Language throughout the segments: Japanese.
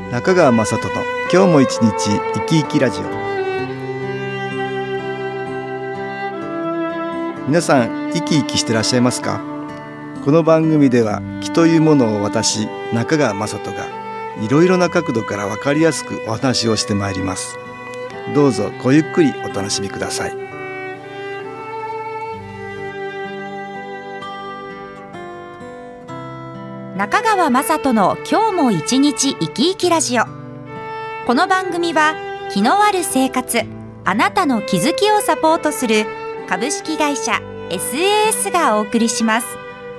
中川雅人の今日も一日生き生きラジオ。皆さん生き生きしてらっしゃいますか？この番組では気というものを私中川雅人がいろいろな角度から分かりやすくお話をしてまいります。どうぞごゆっくりお楽しみください。 中川雅人の今日も一日生き生きラジオ。この番組は気のある生活、あなたの気づきをサポートする株式会社 SAS がお送りします。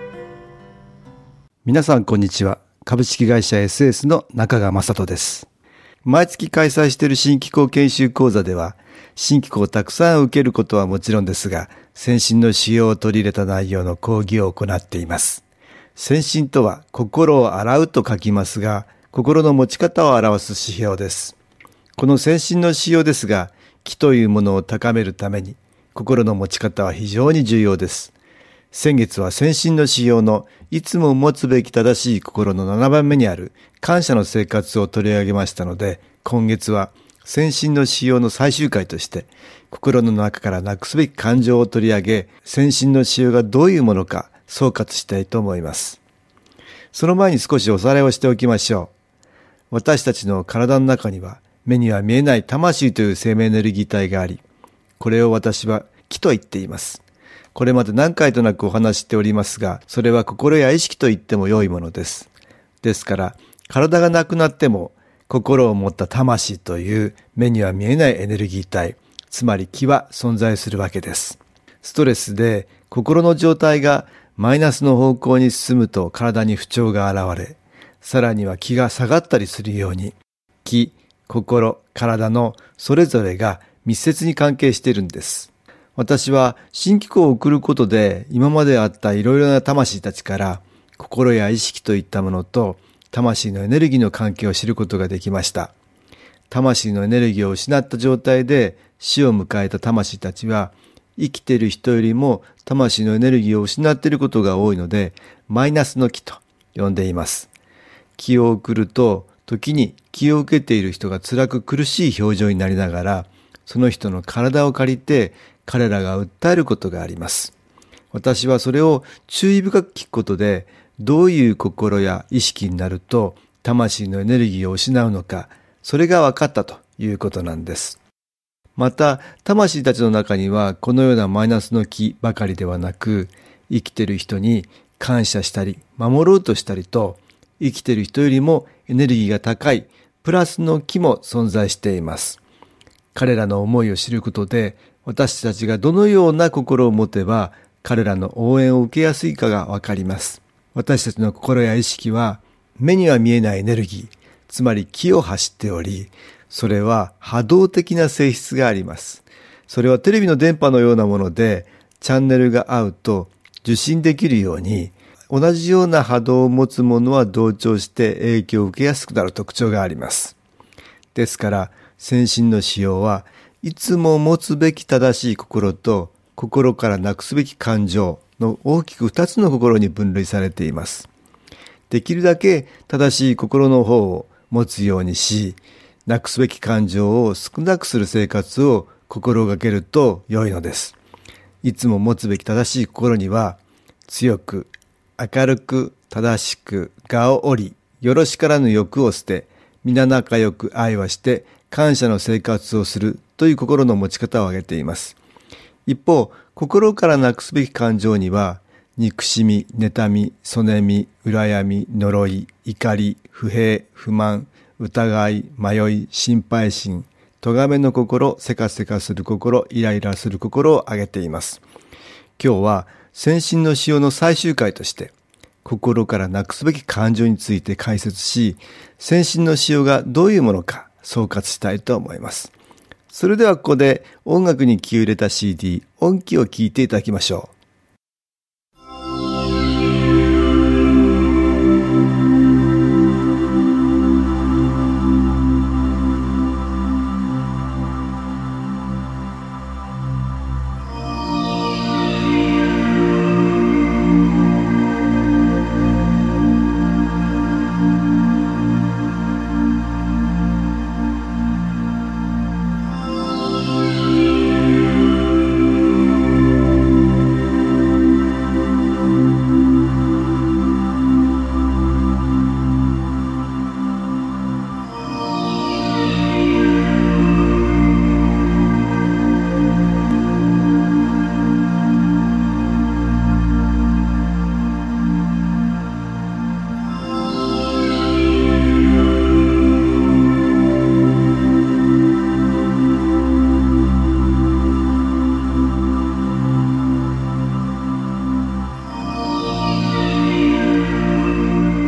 皆さんこんにちは。株式会社 SAS の中川雅人です。毎月開催している新機構研修講座では、新機構をたくさん受けることはもちろんですが、先進の仕様を取り入れた内容の講義を行っています。先進とは心を洗うと書きますが、心の持ち方を表す指標です。この先進の仕様ですが、気というものを高めるために、心の持ち方は非常に重要です。先月は先進の仕様のいつも持つべき正しい心の7番目にある感謝の生活を取り上げましたので、今月は先進の仕様の最終回として心の中からなくすべき感情を取り上げ、先進の仕様がどういうものか総括したいと思います。その前に少しおさらいをしておきましょう。私たちの体の中には目には見えない魂という生命エネルギー体があり、これを私は気と言っています。これまで何回となくお話しておりますが、それは心や意識と言っても良いものです。ですから、体がなくなっても心を持った魂という目には見えないエネルギー体、つまり気は存在するわけです。ストレスで心の状態がマイナスの方向に進むと体に不調が現れ、さらには気が下がったりするように、気、心、体のそれぞれが密接に関係しているんです。私は新機構を送ることで今まであったいろいろな魂たちから心や意識といったものと魂のエネルギーの関係を知ることができました。魂のエネルギーを失った状態で死を迎えた魂たちは生きている人よりも魂のエネルギーを失っていることが多いのでマイナスの気と呼んでいます。気を送ると時に気を受けている人が辛く苦しい表情になりながらその人の体を借りて彼らが訴えることがあります。私はそれを注意深く聞くことでどういう心や意識になると魂のエネルギーを失うのか、それが分かったということなんです。また魂たちの中にはこのようなマイナスの気ばかりではなく、生きている人に感謝したり守ろうとしたりと生きている人よりもエネルギーが高いプラスの気も存在しています。彼らの思いを知ることで私たちがどのような心を持てば彼らの応援を受けやすいかがわかります。私たちの心や意識は目には見えないエネルギー、つまり気を発しており、それは波動的な性質があります。それはテレビの電波のようなもので、チャンネルが合うと受信できるように、同じような波動を持つものは同調して影響を受けやすくなる特徴があります。ですから、先進の仕様はいつも持つべき正しい心と心からなくすべき感情の大きく2つの心に分類されています。できるだけ正しい心の方を持つようにし、なくすべき感情を少なくする生活を心がけると良いのです。いつも持つべき正しい心には、強く、明るく、正しく、我を折り、よろしからぬ欲を捨て、皆仲良く愛はして、感謝の生活をするという心の持ち方を挙げています。一方、心からなくすべき感情には、憎しみ、妬み、そねみ、羨み、呪い、怒り、不平、不満、疑い、迷い、心配心、咎めの心、せかせかする心、イライラする心を挙げています。今日は先進の仕様の最終回として、心からなくすべき感情について解説し、先進の仕様がどういうものか総括したいと思います。それではここで音楽に気を入れた CD、音気を聴いていただきましょう。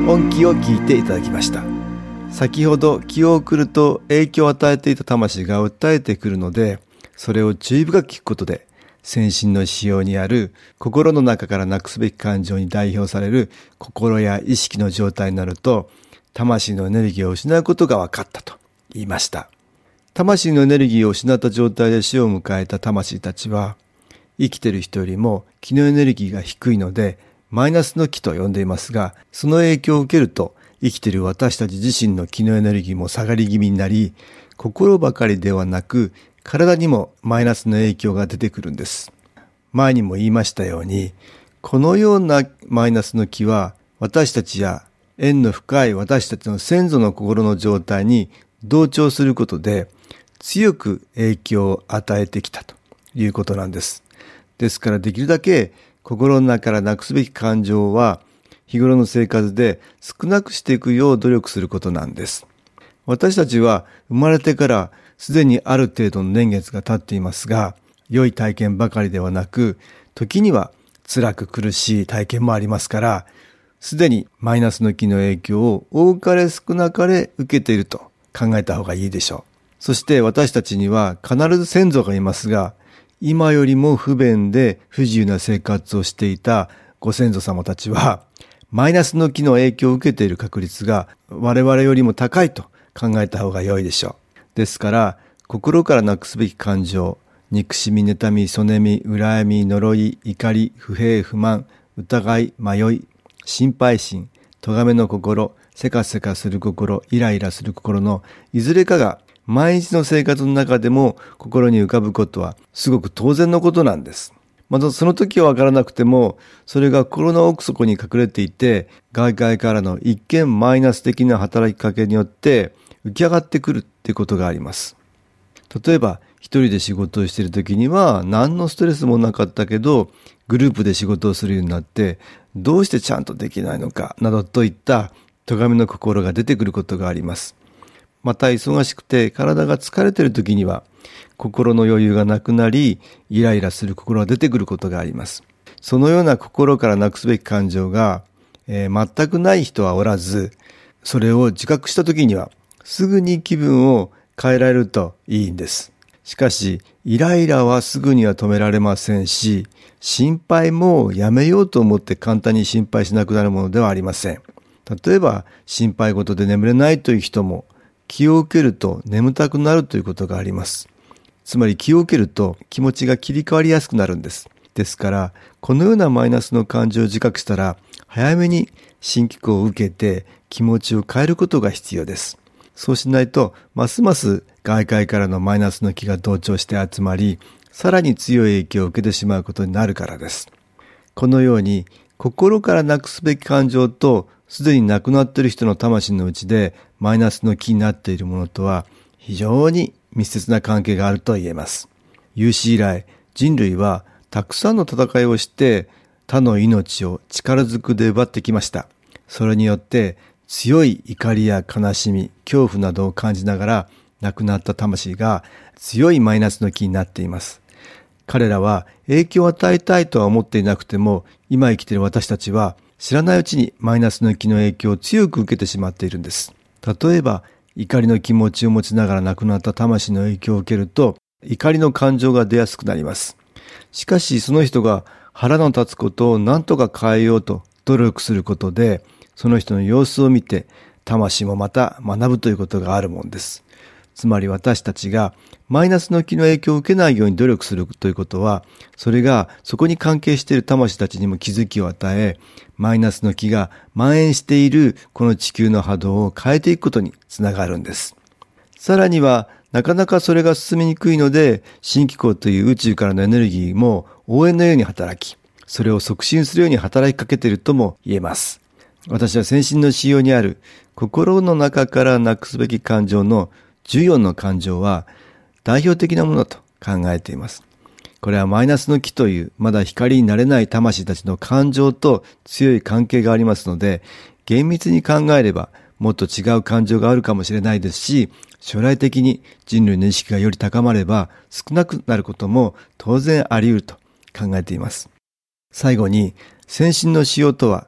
音気を聞いていただきました。先ほど気を送ると影響を与えていた魂が訴えてくるので、それを注意深く聞くことで、先進の仕様にある心の中からなくすべき感情に代表される心や意識の状態になると、魂のエネルギーを失うことが分かったと言いました。魂のエネルギーを失った状態で死を迎えた魂たちは、生きている人よりも気のエネルギーが低いので、マイナスの気と呼んでいますが、その影響を受けると、生きている私たち自身の気のエネルギーも下がり気味になり、心ばかりではなく、体にもマイナスの影響が出てくるんです。前にも言いましたように、このようなマイナスの気は、私たちや縁の深い私たちの先祖の心の状態に同調することで、強く影響を与えてきたということなんです。ですからできるだけ心の中からなくすべき感情は日頃の生活で少なくしていくよう努力することなんです。私たちは生まれてからすでにある程度の年月が経っていますが、良い体験ばかりではなく、時には辛く苦しい体験もありますから、すでにマイナスの気の影響を多かれ少なかれ受けていると考えた方がいいでしょう。そして私たちには必ず先祖がいますが、今よりも不便で不自由な生活をしていたご先祖様たちは、マイナスの気の影響を受けている確率が我々よりも高いと考えた方が良いでしょう。ですから、心からなくすべき感情、憎しみ、妬み、そねみ、羨み、呪い、怒り、不平、不満、疑い、迷い、心配心、咎めの心、せかせかする心、イライラする心のいずれかが毎日の生活の中でも心に浮かぶことはすごく当然のことなんです。またその時はわからなくても、それが心の奥底に隠れていて、外界からの一見マイナス的な働きかけによって浮き上がってくるってことがあります。例えば一人で仕事をしている時には何のストレスもなかったけど、グループで仕事をするようになってどうしてちゃんとできないのかなどといった咎めの心が出てくることがあります。また忙しくて体が疲れている時には心の余裕がなくなり、イライラする心が出てくることがあります。そのような心からなくすべき感情が、全くない人はおらず、それを自覚した時にはすぐに気分を変えられるといいんです。しかし、イライラはすぐには止められませんし、心配もやめようと思って簡単に心配しなくなるものではありません。例えば、心配事で眠れないという人も、気を受けると眠たくなるということがあります。つまり気を受けると気持ちが切り替わりやすくなるんです。ですから、このようなマイナスの感情を自覚したら、早めに新機構を受けて気持ちを変えることが必要です。そうしないと、ますます外界からのマイナスの気が同調して集まり、さらに強い影響を受けてしまうことになるからです。このように、心からなくすべき感情と、すでに亡くなっている人の魂のうちでマイナスの気になっているものとは非常に密接な関係があると言えます。有史以来、人類はたくさんの戦いをして他の命を力ずくで奪ってきました。それによって強い怒りや悲しみ、恐怖などを感じながら亡くなった魂が強いマイナスの気になっています。彼らは影響を与えたいとは思っていなくても、今生きている私たちは知らないうちにマイナスの気の影響を強く受けてしまっているんです。例えば、怒りの気持ちを持ちながら亡くなった魂の影響を受けると、怒りの感情が出やすくなります。しかし、その人が腹の立つことを何とか変えようと努力することで、その人の様子を見て、魂もまた学ぶということがあるもんです。つまり私たちがマイナスの気の影響を受けないように努力するということは、それがそこに関係している魂たちにも気づきを与え、マイナスの気が蔓延しているこの地球の波動を変えていくことにつながるんです。さらには、なかなかそれが進みにくいので、新機構という宇宙からのエネルギーも応援のように働き、それを促進するように働きかけているとも言えます。私は先進の仕様にある心の中からなくすべき感情の14の感情は代表的なものと考えています。これはマイナスの気というまだ光になれない魂たちの感情と強い関係がありますので、厳密に考えればもっと違う感情があるかもしれないですし、将来的に人類の意識がより高まれば少なくなることも当然あり得ると考えています。最後に、先進の仕様とは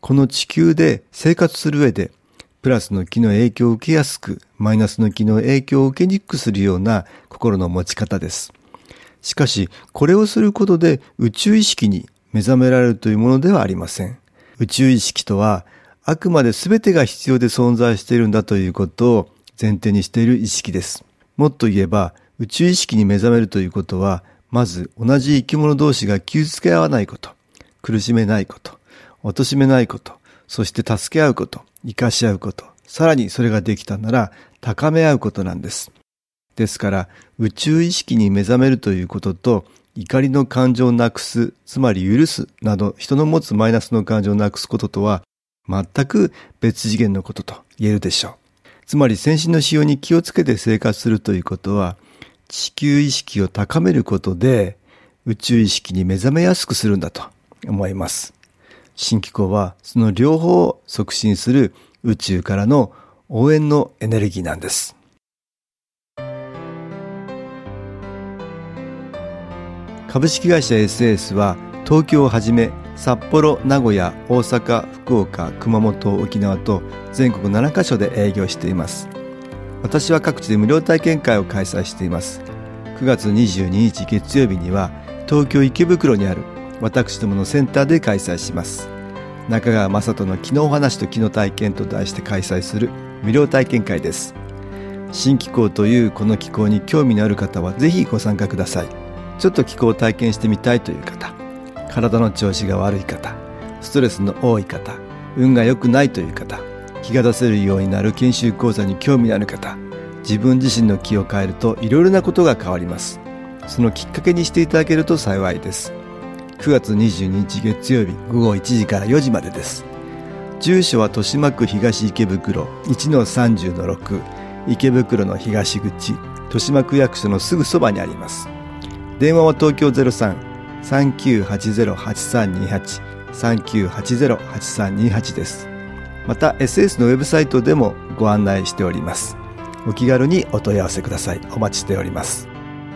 この地球で生活する上で、プラスの気の影響を受けやすく、マイナスの気の影響を受けにくくするような心の持ち方です。しかし、これをすることで宇宙意識に目覚められるというものではありません。宇宙意識とは、あくまで全てが必要で存在しているんだということを前提にしている意識です。もっと言えば、宇宙意識に目覚めるということは、まず同じ生き物同士が傷つけ合わないこと、苦しめないこと、貶めないこと、そして助け合うこと、生かし合うこと、さらにそれができたなら高め合うことなんです。ですから、宇宙意識に目覚めるということと、怒りの感情をなくす、つまり許すなど、人の持つマイナスの感情をなくすこととは、全く別次元のことと言えるでしょう。つまり、先進の使用に気をつけて生活するということは、地球意識を高めることで、宇宙意識に目覚めやすくするんだと思います。新機構は、その両方を促進する宇宙からの応援のエネルギーなんです。株式会社 SAS は東京をはじめ札幌、名古屋、大阪、福岡、熊本、沖縄と全国7カ所で営業しています。私は各地で無料体験会を開催しています。9月22日月曜日には東京池袋にある私どものセンターで開催します。中川雅人の気のお話と気の体験と題して開催する無料体験会です。新気候というこの気候に興味のある方はぜひご参加ください。ちょっと気候を体験してみたいという方、体の調子が悪い方、ストレスの多い方、運が良くないという方、気が出せるようになる研修講座に興味のある方、自分自身の気を変えるといろいろなことが変わります。そのきっかけにしていただけると幸いです。9月22日月曜日午後1時から4時までです。住所は豊島区東池袋 1-30-6 池袋の東口、豊島区役所のすぐそばにあります。電話は東京 03-3980-8328 3980-8328 です。また SS のウェブサイトでもご案内しております。お気軽にお問い合わせください。お待ちしております。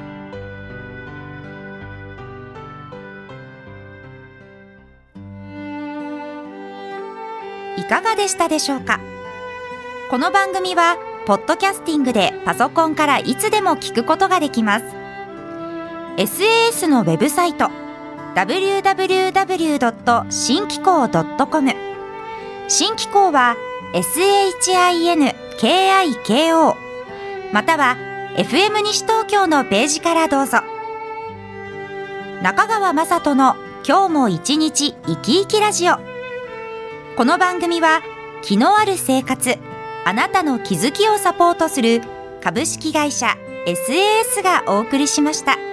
いかがでしたでしょうか。この番組はポッドキャスティングでパソコンからいつでも聞くことができます。SAS のウェブサイト www.新機構.com、 新機構は SHINKIKO、 または FM 西東京のページからどうぞ。中川雅人の今日も一日生き生きラジオ。この番組は気のある生活、あなたの気づきをサポートする株式会社 SAS がお送りしました。